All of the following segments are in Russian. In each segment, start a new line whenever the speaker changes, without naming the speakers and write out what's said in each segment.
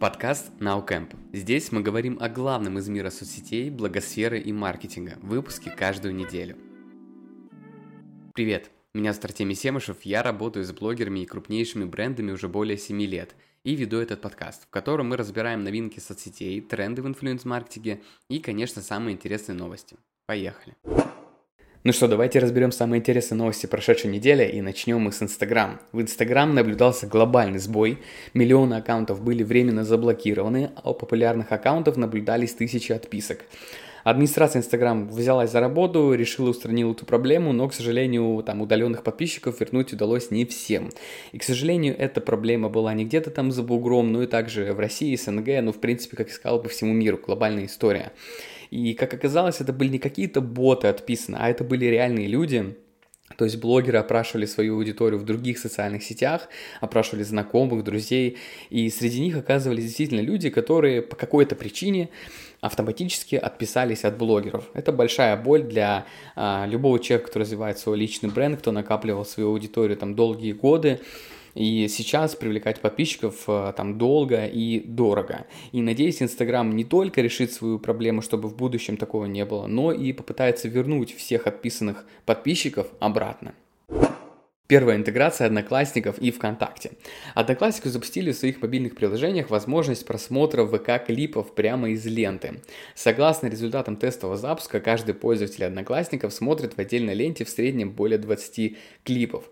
Подкаст NowCamp. Здесь мы говорим о главном из мира соцсетей, блогосферы и маркетинга. Выпуски каждую неделю. Привет, меня зовут Артемий Семышев, я работаю с блогерами и крупнейшими брендами уже более 7 лет и веду этот подкаст, в котором мы разбираем новинки соцсетей, тренды в инфлюенс-маркетинге и, конечно, самые интересные новости. Поехали! Ну что, давайте разберем самые интересные новости прошедшей недели и начнем мы с Instagram. В Instagram наблюдался глобальный сбой, миллионы аккаунтов были временно заблокированы, а у популярных аккаунтов наблюдались тысячи отписок. Администрация Instagram взялась за работу, решила устранить эту проблему, но, к сожалению, удаленных подписчиков вернуть удалось не всем. И, к сожалению, эта проблема была не где-то там за бугром, но и также в России, СНГ, в принципе, как я сказал, по всему миру, глобальная история. И, как оказалось, это были не какие-то боты отписаны, а это были реальные люди. То есть блогеры опрашивали свою аудиторию в других социальных сетях, опрашивали знакомых, друзей, и среди них оказывались действительно люди, которые по какой-то причине автоматически отписались от блогеров. Это большая боль для любого человека, кто развивает свой личный бренд, кто накапливал свою аудиторию долгие годы. И сейчас привлекать подписчиков долго и дорого. И надеюсь, Instagram не только решит свою проблему, чтобы в будущем такого не было, но и попытается вернуть всех отписанных подписчиков обратно. Первая интеграция Одноклассников и ВКонтакте. Одноклассники запустили в своих мобильных приложениях возможность просмотра ВК-клипов прямо из ленты. Согласно результатам тестового запуска, каждый пользователь Одноклассников смотрит в отдельной ленте в среднем более 20 клипов.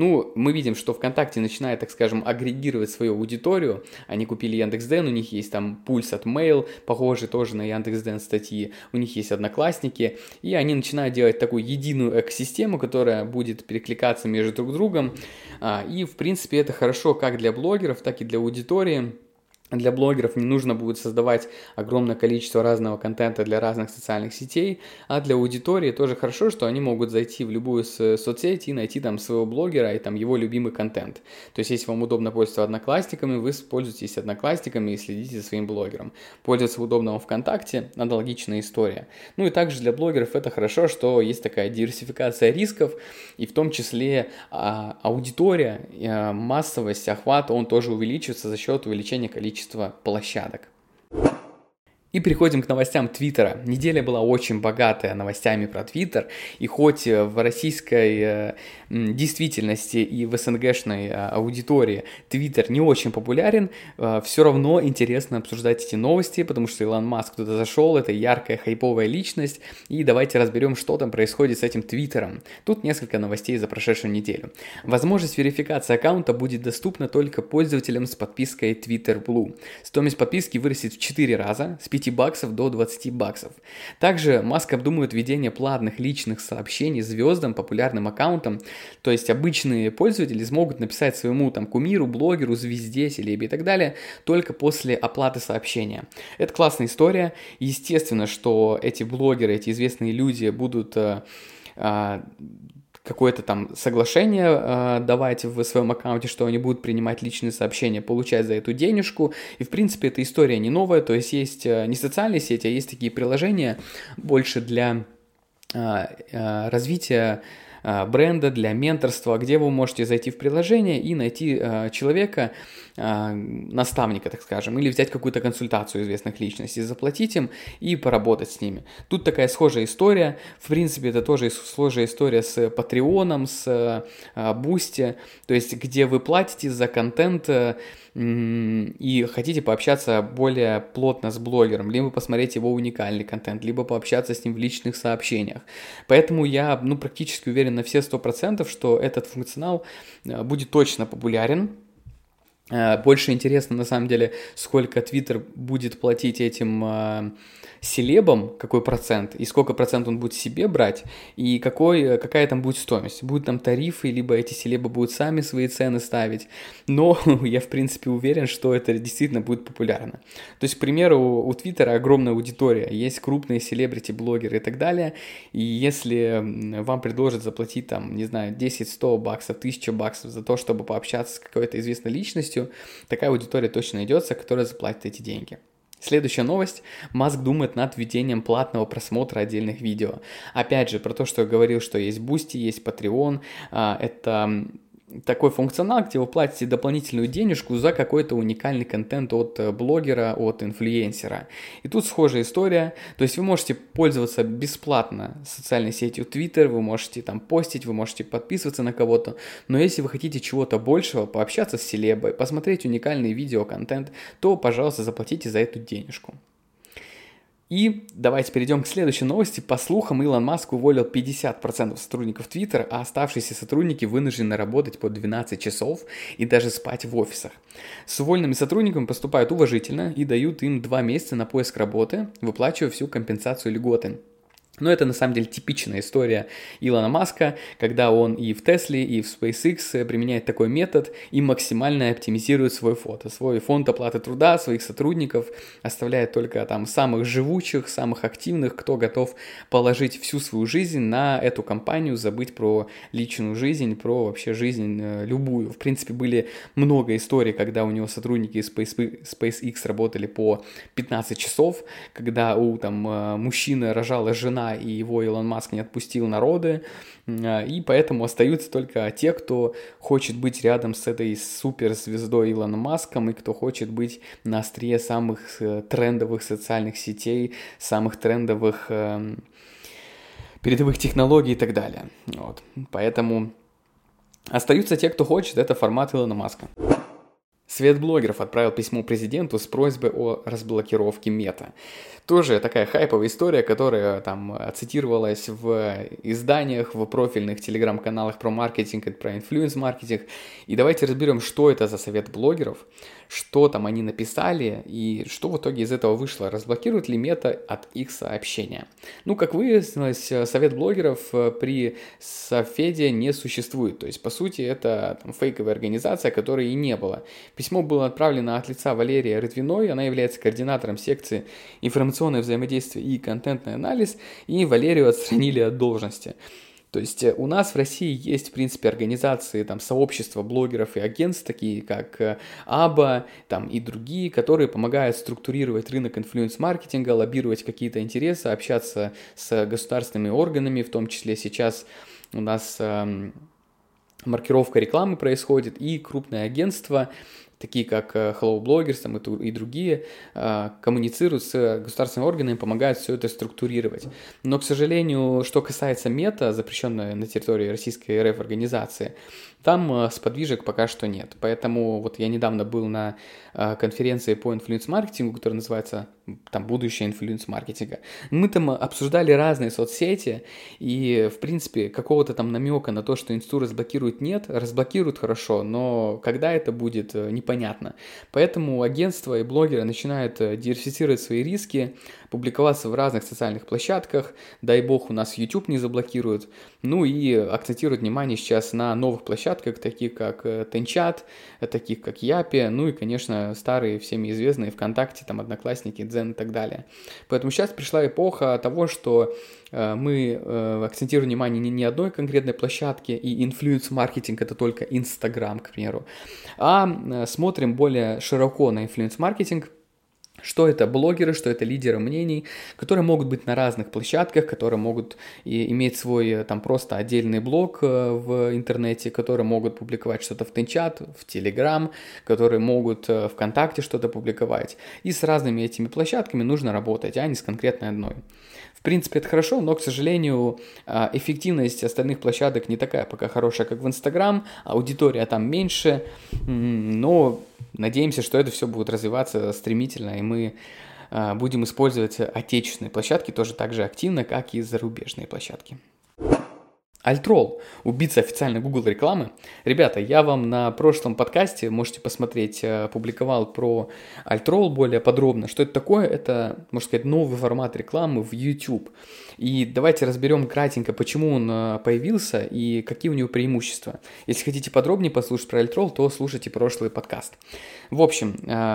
Мы видим, что ВКонтакте начинает, агрегировать свою аудиторию. Они купили Яндекс.Дзен, у них есть пульс от Mail, похожий тоже на Яндекс.Дзен статьи. У них есть Одноклассники, и они начинают делать такую единую экосистему, которая будет перекликаться между друг другом, и в принципе это хорошо как для блогеров, так и для аудитории. Для блогеров не нужно будет создавать огромное количество разного контента для разных социальных сетей, а для аудитории тоже хорошо, что они могут зайти в любую соцсеть и найти своего блогера и его любимый контент. То есть, если вам удобно пользоваться Одноклассниками, вы пользуетесь Одноклассниками и следите за своим блогером. Пользоваться удобно вам ВКонтакте – аналогичная история. И также для блогеров это хорошо, что есть такая диверсификация рисков, и в том числе аудитория, массовость, охват, он тоже увеличивается за счет увеличения количества площадок. И переходим к новостям Твиттера. Неделя была очень богатая новостями про Твиттер, и хоть в российской действительности и в СНГшной аудитории Твиттер не очень популярен, все равно интересно обсуждать эти новости, потому что Илон Маск туда зашел, это яркая хайповая личность, и давайте разберем, что там происходит с этим Твиттером. Тут несколько новостей за прошедшую неделю. Возможность верификации аккаунта будет доступна только пользователям с подпиской Twitter Blue. Стоимость подписки вырастет в 4 раза, с $5 до $20. Также Маск обдумывает введение платных личных сообщений звездам, популярным аккаунтам, то есть обычные пользователи смогут написать своему кумиру, блогеру, звезде, селебе и так далее только после оплаты сообщения. Это классная история. Естественно, что эти блогеры, эти известные люди будут какое-то соглашение давать в своем аккаунте, что они будут принимать личные сообщения, получать за эту денежку. И, в принципе, эта история не новая, то есть не социальные сети, а есть такие приложения больше для развития бренда, для менторства, где вы можете зайти в приложение и найти человека, наставника, так скажем, или взять какую-то консультацию известных личностей, заплатить им и поработать с ними. Тут такая схожая история. В принципе, это тоже схожая история с Патреоном, с Boosty, то есть где вы платите за контент и хотите пообщаться более плотно с блогером, либо посмотреть его уникальный контент, либо пообщаться с ним в личных сообщениях. Поэтому я практически уверен на все 100%, что этот функционал будет точно популярен. Больше интересно, на самом деле, сколько Twitter будет платить этим селебам, какой процент, и сколько процент он будет себе брать, и какая там будет стоимость. Будут там тарифы, либо эти селебы будут сами свои цены ставить. Но я, в принципе, уверен, что это действительно будет популярно. То есть, к примеру, у Твиттера огромная аудитория, есть крупные селебрити, блогеры и так далее, и если вам предложат заплатить, $10, $100, $1000 за то, чтобы пообщаться с какой-то известной личностью, такая аудитория точно найдется, которая заплатит эти деньги. Следующая новость. Маск думает над введением платного просмотра отдельных видео. Опять же, про то, что я говорил, что есть Boosty, есть Patreon. Это такой функционал, где вы платите дополнительную денежку за какой-то уникальный контент от блогера, от инфлюенсера. И тут схожая история, то есть вы можете пользоваться бесплатно социальной сетью Twitter, вы можете там постить, вы можете подписываться на кого-то, но если вы хотите чего-то большего, пообщаться с селебой, посмотреть уникальный видеоконтент, то, пожалуйста, заплатите за эту денежку. И давайте перейдем к следующей новости. По слухам, Илон Маск уволил 50% сотрудников Twitter, а оставшиеся сотрудники вынуждены работать по 12 часов и даже спать в офисах. С уволенными сотрудниками поступают уважительно и дают им 2 месяца на поиск работы, выплачивая всю компенсацию льготы. Но это на самом деле типичная история Илона Маска, когда он и в Тесле, и в SpaceX применяет такой метод и максимально оптимизирует свой фонд оплаты труда, своих сотрудников, оставляет только там самых живучих, самых активных, кто готов положить всю свою жизнь на эту компанию, забыть про личную жизнь, про вообще жизнь любую. В принципе, были много историй, когда у него сотрудники из SpaceX работали по 15 часов, когда у мужчины рожала жена, и его Илон Маск не отпустил народы, и поэтому остаются только те, кто хочет быть рядом с этой суперзвездой Илоном Маском и кто хочет быть на острие самых трендовых социальных сетей, самых трендовых передовых технологий и так далее. Вот. Поэтому остаются те, кто хочет, это формат Илона Маска. Свет блогеров отправил письмо президенту с просьбой о разблокировке Мета. Тоже такая хайповая история, которая там цитировалась в изданиях, в профильных телеграм-каналах про маркетинг и про инфлюенс-маркетинг. И давайте разберем, что это за совет блогеров, что там они написали и что в итоге из этого вышло. Разблокирует ли Мета от их сообщения? Ну, как выяснилось, совет блогеров при Софеде не существует. То есть, по сути, это фейковая организация, которой и не было. Письмо было отправлено от лица Валерии Рытвиной, она является координатором секции информационное взаимодействие и контентный анализ, и Валерию отстранили от должности. То есть у нас в России есть, в принципе, организации, сообщества блогеров и агентств, такие как АБА, и другие, которые помогают структурировать рынок инфлюенс-маркетинга, лоббировать какие-то интересы, общаться с государственными органами, в том числе сейчас у нас маркировка рекламы происходит, и крупные агентства, такие как Hello Bloggers и другие, коммуницируют с государственными органами, помогают все это структурировать. Но, к сожалению, что касается Мета, запрещенной на территории Российской РФ организации, там сподвижек пока что нет. Поэтому вот я недавно был на конференции по инфлюенс-маркетингу, которая называется «Будущее инфлюенс-маркетинга». Мы там обсуждали разные соцсети, и, в принципе, какого-то там намека на то, что инсту разблокируют, нет. Разблокируют хорошо, но когда это будет, непонятно. Поэтому агентства и блогеры начинают диверсифицировать свои риски, публиковаться в разных социальных площадках. Дай бог, у нас YouTube не заблокируют. Ну и акцентируют внимание сейчас на новых площадках, таких как Tenchat, таких как Япи, ну и, конечно, старые всеми известные ВКонтакте, Одноклассники, Дзен и так далее. Поэтому сейчас пришла эпоха того, что мы акцентируем внимание не одной конкретной площадке, и инфлюенс-маркетинг это только Инстаграм, к примеру, а смотрим более широко на инфлюенс-маркетинг. Что это блогеры, что это лидеры мнений, которые могут быть на разных площадках, которые могут иметь свой просто отдельный блог в интернете, которые могут публиковать что-то в Tenchat, в Telegram, которые могут ВКонтакте что-то публиковать. И с разными этими площадками нужно работать, а не с конкретной одной. В принципе, это хорошо, но, к сожалению, эффективность остальных площадок не такая пока хорошая, как в Instagram, аудитория там меньше, но надеемся, что это все будет развиваться стремительно, и мы будем использовать отечественные площадки тоже так же активно, как и зарубежные площадки. Альтрол, убийца официальной Google рекламы. Ребята, я вам на прошлом подкасте, можете посмотреть, публиковал про Альтрол более подробно. Что это такое? Это, можно сказать, новый формат рекламы в YouTube. И давайте разберем кратенько, почему он появился и какие у него преимущества. Если хотите подробнее послушать про Альтрол, то слушайте прошлый подкаст. В общем,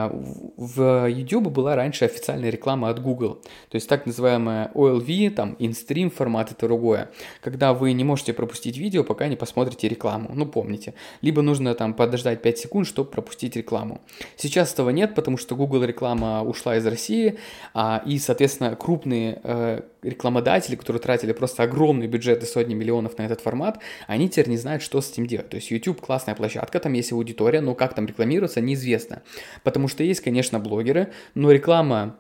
в YouTube была раньше официальная реклама от Google. То есть так называемая OLV, InStream формат и другое. Когда вы не можете можете пропустить видео, пока не посмотрите рекламу. Ну, помните. Либо нужно там подождать 5 секунд, чтобы пропустить рекламу. Сейчас этого нет, потому что Google реклама ушла из России, и, соответственно, крупные рекламодатели, которые тратили просто огромные бюджеты, сотни миллионов на этот формат, они теперь не знают, что с этим делать. То есть YouTube классная площадка, там есть аудитория, но как там рекламироваться, неизвестно. Потому что есть, конечно, блогеры, но реклама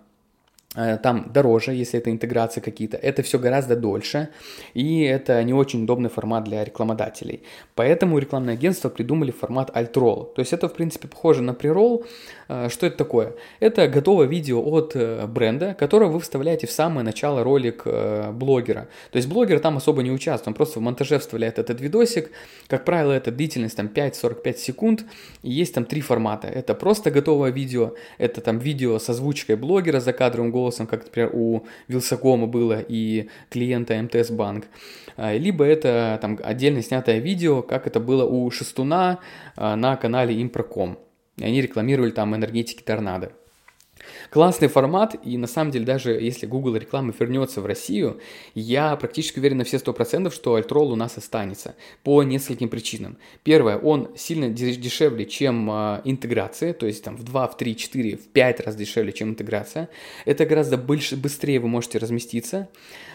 там дороже, если это интеграции какие-то, это все гораздо дольше, и это не очень удобный формат для рекламодателей. Поэтому рекламные агентства придумали формат alt-roll. То есть это, в принципе, похоже на pre-roll. Что это такое? Это готовое видео от бренда, которое вы вставляете в самое начало ролик блогера. То есть блогер там особо не участвует, он просто в монтаже вставляет этот видосик. Как правило, это длительность там 5-45 секунд, и есть там 3 формата. Это просто готовое видео, это там видео с озвучкой блогера за кадровым голосом, как, например, у Вилсакома было и клиента МТС Банк. Либо это там отдельно снятое видео, как это было у Шестуна на канале Импроком. Они рекламировали там энергетики торнадо. Классный формат, и на самом деле даже если Google реклама вернется в Россию, я практически уверен на все 100%, что alt-roll у нас останется по нескольким причинам. Первое, он сильно дешевле, чем интеграция, то есть там в 2, в 3, 4, в 5 раз дешевле, чем интеграция. Это гораздо быстрее вы можете разместиться,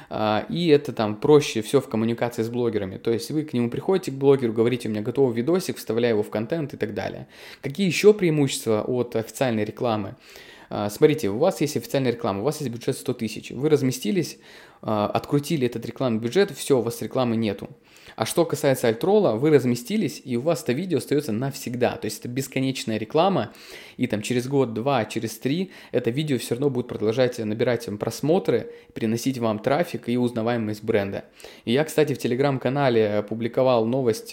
и это там проще все в коммуникации с блогерами. То есть вы к нему приходите, к блогеру, говорите, у меня готовый видосик, вставляю его в контент и так далее. Какие еще преимущества от официальной рекламы? Смотрите, у вас есть официальная реклама, у вас есть бюджет 100 тысяч, вы разместились, открутили этот рекламный бюджет, все, у вас рекламы нету. А что касается alt-roll, вы разместились, и у вас это видео остается навсегда. То есть это бесконечная реклама, и там через год, 2, через 3 это видео все равно будет продолжать набирать вам просмотры, приносить вам трафик и узнаваемость бренда. И я, кстати, в телеграм-канале опубликовал новость,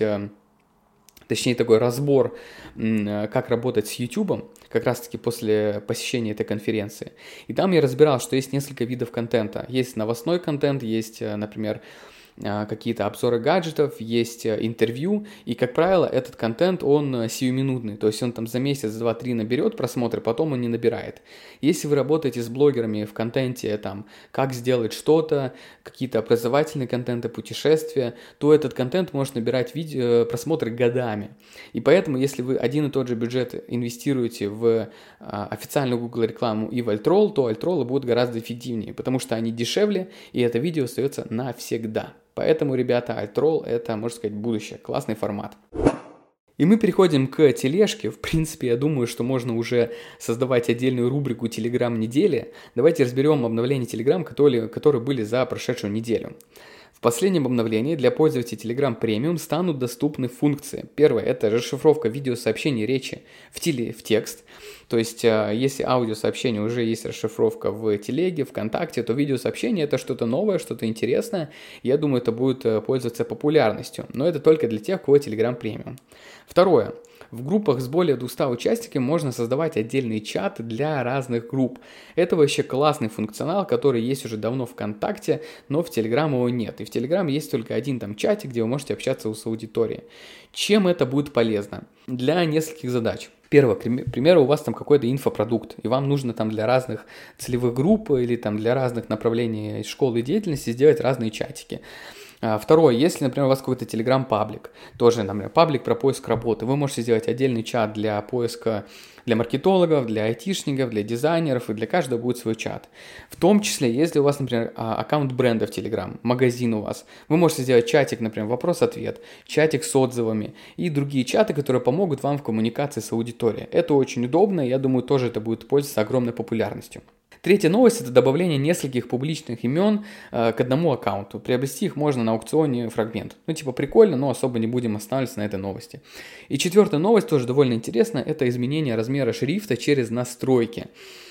точнее такой разбор, как работать с YouTube, как раз-таки после посещения этой конференции. И там я разбирал, что есть несколько видов контента. Есть новостной контент, есть, например, какие-то обзоры гаджетов, есть интервью, и, как правило, этот контент, он сиюминутный, то есть он там за месяц, 2-3 наберет просмотры, потом он не набирает. Если вы работаете с блогерами в контенте, там, как сделать что-то, какие-то образовательные контенты, путешествия, то этот контент может набирать просмотры годами. И поэтому, если вы один и тот же бюджет инвестируете в официальную Google рекламу и в alt-roll, то alt-roll будут гораздо эффективнее, потому что они дешевле, и это видео остается навсегда. Поэтому, ребята, alt-roll это, можно сказать, будущее. Классный формат. И мы переходим к тележке. В принципе, я думаю, что можно уже создавать отдельную рубрику Telegram недели. Давайте разберем обновления Telegram, которые были за прошедшую неделю. В последнем обновлении для пользователей Telegram Premium станут доступны функции. Первое – это расшифровка видеосообщений речи в текст. То есть, если аудиосообщение уже есть расшифровка в Телеге, ВКонтакте, то видеосообщение – это что-то новое, что-то интересное. Я думаю, это будет пользоваться популярностью. Но это только для тех, у кого Telegram Premium. Второе. В группах с более 200 участниками можно создавать отдельные чаты для разных групп. Это вообще классный функционал, который есть уже давно в ВКонтакте, но в Telegram его нет. И в Telegram есть только один там чатик, где вы можете общаться с аудиторией. Чем это будет полезно? Для нескольких задач. Первое, к примеру, у вас там какой-то инфопродукт, и вам нужно там для разных целевых групп или там для разных направлений школы и деятельности сделать разные чатики. Второе, если, например, у вас какой-то Telegram-паблик, тоже, например, паблик про поиск работы, вы можете сделать отдельный чат для поиска для маркетологов, для айтишников, для дизайнеров, и для каждого будет свой чат. В том числе, если у вас, например, аккаунт бренда в Telegram, магазин у вас, вы можете сделать чатик, например, вопрос-ответ, чатик с отзывами и другие чаты, которые помогут вам в коммуникации с аудиторией. Это очень удобно, я думаю, тоже это будет пользоваться огромной популярностью. Третья новость – это добавление нескольких публичных имен к одному аккаунту. Приобрести их можно на аукционе фрагмент. Прикольно, но особо не будем останавливаться на этой новости. И четвертая новость, тоже довольно интересная, это изменение размера шрифта через настройки.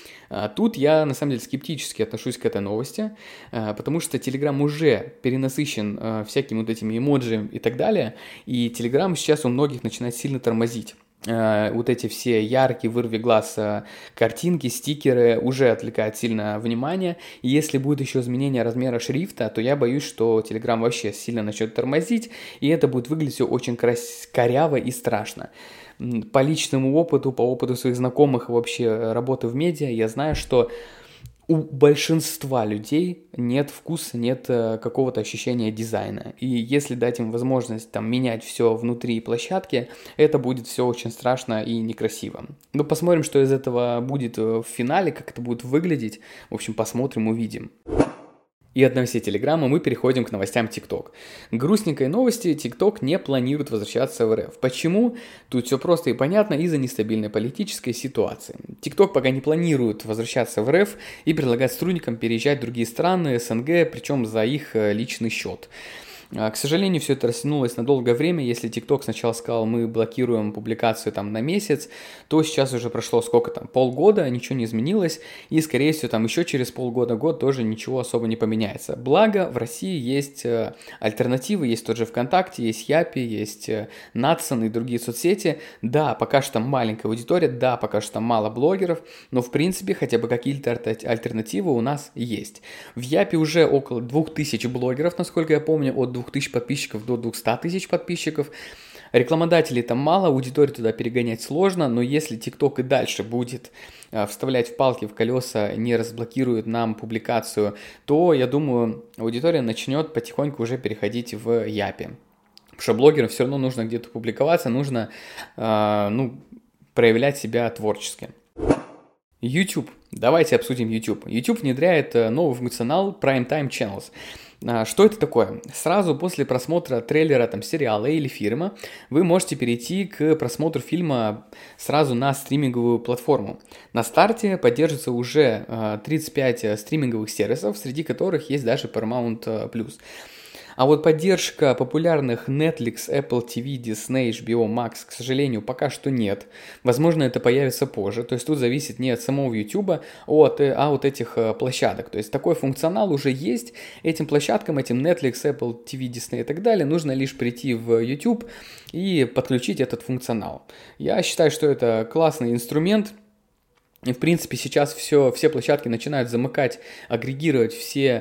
Тут я, на самом деле, скептически отношусь к этой новости, потому что Telegram уже перенасыщен всякими вот этими эмоджи и так далее, и Telegram сейчас у многих начинает сильно тормозить. Вот эти все яркие, вырви глаз картинки, стикеры уже отвлекают сильно внимание. И если будет еще изменение размера шрифта, то я боюсь, что Telegram вообще сильно начнет тормозить, и это будет выглядеть все очень коряво и страшно. По личному опыту, по опыту своих знакомых и вообще работы в медиа, я знаю, что у большинства людей нет вкуса, нет какого-то ощущения дизайна. И если дать им возможность там менять все внутри площадки, это будет все очень страшно и некрасиво. Но посмотрим, что из этого будет в финале, как это будет выглядеть. В общем, посмотрим, увидим. И от новостей Телеграма мы переходим к новостям ТикТок. Грустненькой новости: ТикТок не планирует возвращаться в РФ. Почему? Тут все просто и понятно: из-за нестабильной политической ситуации. ТикТок пока не планирует возвращаться в РФ и предлагает сотрудникам переезжать в другие страны СНГ, причем за их личный счет. К сожалению, все это растянулось на долгое время. Если TikTok сначала сказал, мы блокируем публикацию там на месяц, то сейчас уже прошло сколько там, полгода, ничего не изменилось, и, скорее всего, там еще через полгода-год тоже ничего особо не поменяется. Благо, в России есть альтернативы, есть тот же ВКонтакте, есть Япи, есть Натсон и другие соцсети. Да, пока что там маленькая аудитория, да, пока что там мало блогеров, но, в принципе, хотя бы какие-то альтернативы у нас есть. В Япи уже около 2000 блогеров, насколько я помню, от 2000 подписчиков до 200 тысяч подписчиков. Рекламодателей там мало, аудиторию туда перегонять сложно, но если TikTok и дальше будет вставлять в палки в колеса, не разблокирует нам публикацию, то, я думаю, аудитория начнет потихоньку уже переходить в Япи. Потому что блогерам все равно нужно где-то публиковаться, нужно проявлять себя творчески. YouTube. Давайте обсудим YouTube. YouTube внедряет новый функционал Prime Time Channels. Что это такое? Сразу после просмотра трейлера там, сериала или фильма вы можете перейти к просмотру фильма сразу на стриминговую платформу. На старте поддерживается уже 35 стриминговых сервисов, среди которых есть даже Paramount+. А вот поддержка популярных Netflix, Apple TV, Disney, HBO Max, к сожалению, пока что нет. Возможно, это появится позже. То есть тут зависит не от самого YouTube, а от этих площадок. То есть такой функционал уже есть. Этим площадкам, этим Netflix, Apple TV, Disney и так далее, нужно лишь прийти в YouTube и подключить этот функционал. Я считаю, что это классный инструмент. И, в принципе, сейчас все площадки начинают замыкать, агрегировать всю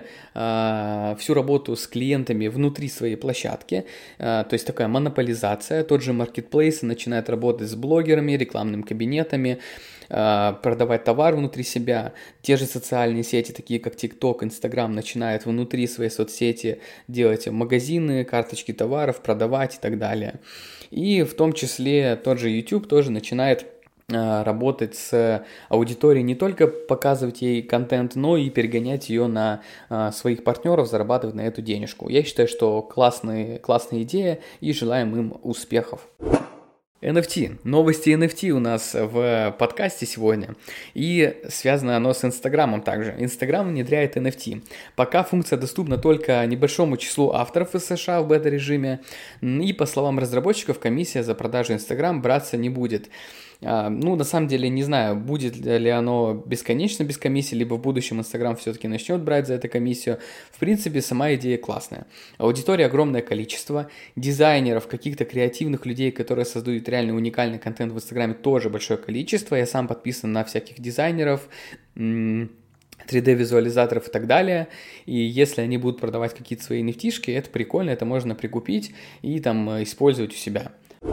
работу с клиентами внутри своей площадки. То есть такая монополизация. Тот же Marketplace начинает работать с блогерами, рекламными кабинетами, продавать товар внутри себя. Те же социальные сети, такие как TikTok, Instagram, начинают внутри своей соцсети делать магазины, карточки товаров, продавать и так далее. И в том числе тот же YouTube тоже начинает работать с аудиторией, не только показывать ей контент, но и перегонять ее на своих партнеров, зарабатывать на эту денежку. Я считаю, что классная идея, и желаем им успехов. NFT. Новости NFT у нас в подкасте сегодня. И связано оно с Инстаграмом также. Инстаграм внедряет NFT. Пока функция доступна только небольшому числу авторов из США в бета-режиме. И по словам разработчиков, комиссия за продажу Инстаграм браться не будет. На самом деле, не знаю, будет ли оно бесконечно без комиссии, либо в будущем Инстаграм все-таки начнет брать за это комиссию. В принципе, сама идея классная. Аудитория огромное количество, дизайнеров, каких-то креативных людей, которые создают реально уникальный контент в Инстаграме, тоже большое количество. Я сам подписан на всяких дизайнеров, 3D-визуализаторов и так далее. И если они будут продавать какие-то свои NFT-шки, это прикольно, это можно прикупить и там использовать у себя.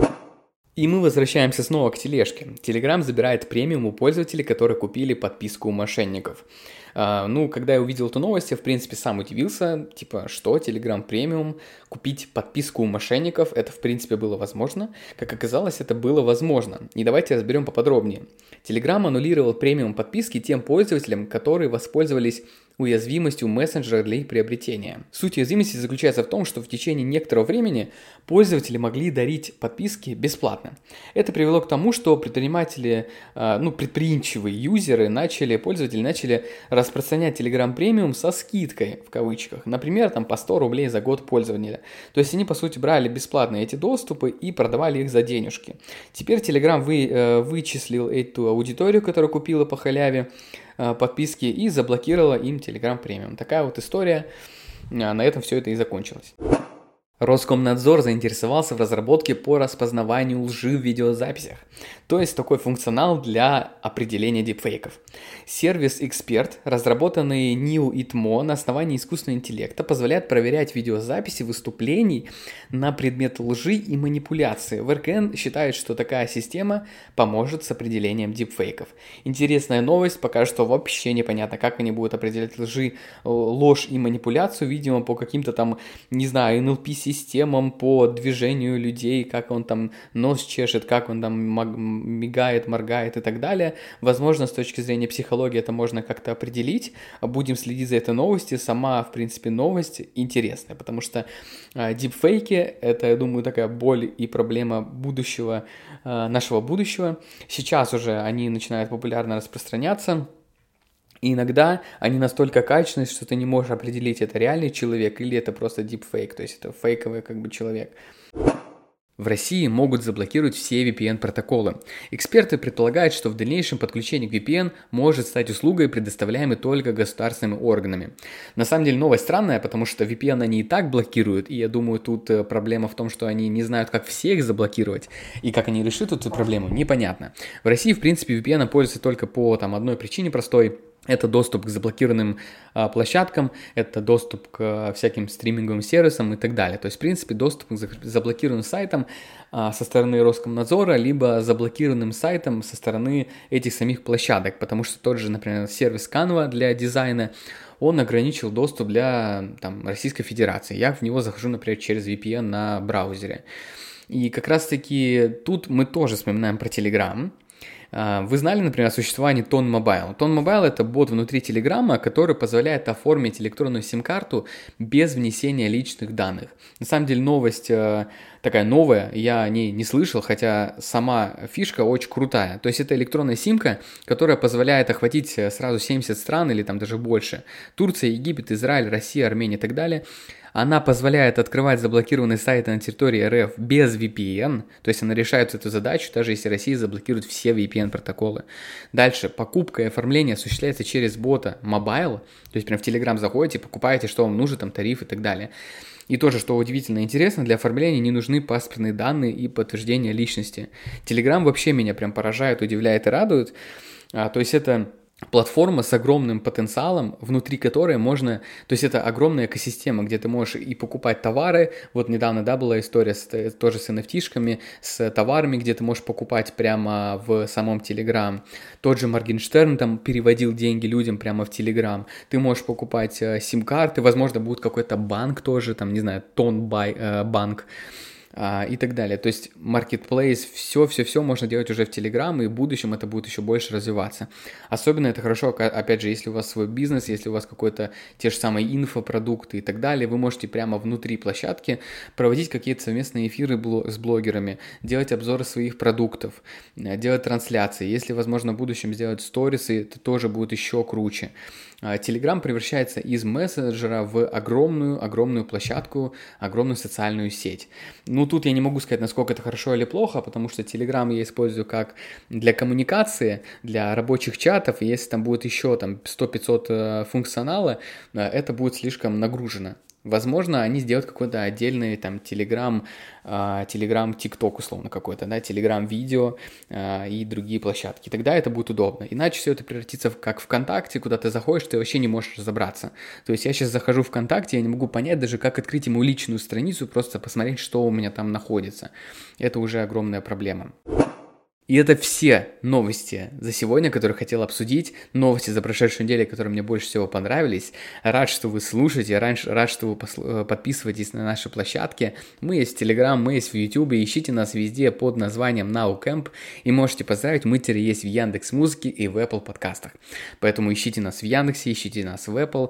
И мы возвращаемся снова к тележке. Telegram забирает премиум у пользователей, которые купили подписку у мошенников. Когда я увидел эту новость, я, в принципе, сам удивился, что Telegram премиум, купить подписку у мошенников, это, в принципе, было возможно. Как оказалось, это было возможно. И давайте разберем поподробнее. Telegram аннулировал премиум подписки тем пользователям, которые воспользовались уязвимостью мессенджера для их приобретения. Суть уязвимости заключается в том, что в течение некоторого времени пользователи могли дарить подписки бесплатно. Это привело к тому, что предприниматели, предприимчивые пользователи начали распространять Telegram Premium со скидкой, в кавычках, например, по 100 рублей за год пользования. То есть они, по сути, брали бесплатно эти доступы и продавали их за денежки. Теперь Telegram вычислил эту аудиторию, которая купила по халяве подписки, и заблокировала им Telegram Premium. Такая вот история. На этом все это и закончилось. Роскомнадзор заинтересовался в разработке по распознаванию лжи в видеозаписях, то есть такой функционал для определения дипфейков. Сервис Expert, разработанный НИУ и ТМО на основании искусственного интеллекта, позволяет проверять видеозаписи выступлений на предмет лжи и манипуляции. В РКН считают, что такая система поможет с определением дипфейков. Интересная новость, пока что вообще непонятно, как они будут определять ложь и манипуляцию, видимо, по каким-то там, не знаю, NLP-системам, по движению людей, как он там нос чешет, как он там мигает, моргает и так далее. Возможно, с точки зрения психологии это можно как-то определить. Будем следить за этой новостью. Сама, в принципе, новость интересная, потому что дипфейки — это, я думаю, такая боль и проблема будущего, нашего будущего. Сейчас уже они начинают популярно распространяться. И иногда они настолько качественные, что ты не можешь определить, это реальный человек или это просто дипфейк, то есть это фейковый как бы человек. В России могут заблокировать все VPN-протоколы. Эксперты предполагают, что в дальнейшем подключение к VPN может стать услугой, предоставляемой только государственными органами. На самом деле новость странная, потому что VPN они и так блокируют, и я думаю, тут проблема в том, что они не знают, как всех заблокировать, и как они решат эту проблему, непонятно. В России, в принципе, VPN пользуются только по одной причине простой. Это доступ к заблокированным площадкам, это доступ к всяким стриминговым сервисам и так далее. То есть, в принципе, доступ к заблокированным сайтам со стороны Роскомнадзора, либо заблокированным сайтам со стороны этих самих площадок. Потому что тот же, например, сервис Canva для дизайна, он ограничил доступ для Российской Федерации. Я в него захожу, например, через VPN на браузере. И как раз-таки тут мы тоже вспоминаем про Telegram. Вы знали, например, о существовании Tone Mobile? Tone Mobile — это бот внутри Телеграма, который позволяет оформить электронную сим-карту без внесения личных данных. На самом деле новость такая новая, я о ней не слышал, хотя сама фишка очень крутая. То есть это электронная симка, которая позволяет охватить сразу 70 стран или там даже больше. Турция, Египет, Израиль, Россия, Армения и так далее. Она позволяет открывать заблокированные сайты на территории РФ без VPN, то есть она решает эту задачу, даже если Россия заблокирует все VPN-протоколы. Дальше, покупка и оформление осуществляется через бота Mobile, то есть прям в Telegram заходите, покупаете, что вам нужно, там тариф и так далее. И тоже, что удивительно интересно, для оформления не нужны паспортные данные и подтверждение личности. Telegram вообще меня прям поражает, удивляет и радует. То есть это платформа с огромным потенциалом, внутри которой можно, то есть это огромная экосистема, где ты можешь и покупать товары, вот недавно, была история тоже с NFT-шками, с товарами, где ты можешь покупать прямо в самом Telegram, тот же Моргенштерн там переводил деньги людям прямо в Telegram, ты можешь покупать сим-карты, возможно, будет какой-то банк тоже, там, не знаю, банк, и так далее. То есть marketplace, все можно делать уже в Telegram, и в будущем это будет еще больше развиваться. Особенно это хорошо, опять же, если у вас свой бизнес, если у вас какой-то те же самые инфопродукты и так далее, вы можете прямо внутри площадки проводить какие-то совместные эфиры с блогерами, делать обзоры своих продуктов, делать трансляции. Если, возможно, в будущем сделать сторисы, это тоже будет еще круче. Telegram превращается из мессенджера в огромную площадку, огромную социальную сеть. Тут я не могу сказать, насколько это хорошо или плохо, потому что Telegram я использую как для коммуникации, для рабочих чатов, и если там будет еще 100-500 функционала, это будет слишком нагружено. Возможно, они сделают какой-то отдельный Telegram TikTok условно какой-то, Telegram видео и другие площадки. Тогда это будет удобно. Иначе все это превратится как ВКонтакте, куда ты заходишь, ты вообще не можешь разобраться. То есть я сейчас захожу в ВКонтакте, я не могу понять даже, как открыть ему личную страницу, просто посмотреть, что у меня там находится. Это уже огромная проблема. И это все новости за сегодня, которые хотел обсудить, новости за прошедшую неделю, которые мне больше всего понравились. Рад, что вы слушаете, рад, что вы подписываетесь на наши площадки. Мы есть в Telegram, мы есть в YouTube, ищите нас везде под названием NowCamp, и можете поздравить, мы теперь есть в Яндекс.Музыке и в Apple подкастах. Поэтому ищите нас в Яндексе, ищите нас в Apple,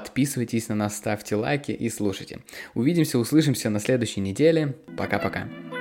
подписывайтесь на нас, ставьте лайки и слушайте. Увидимся, услышимся на следующей неделе. Пока-пока.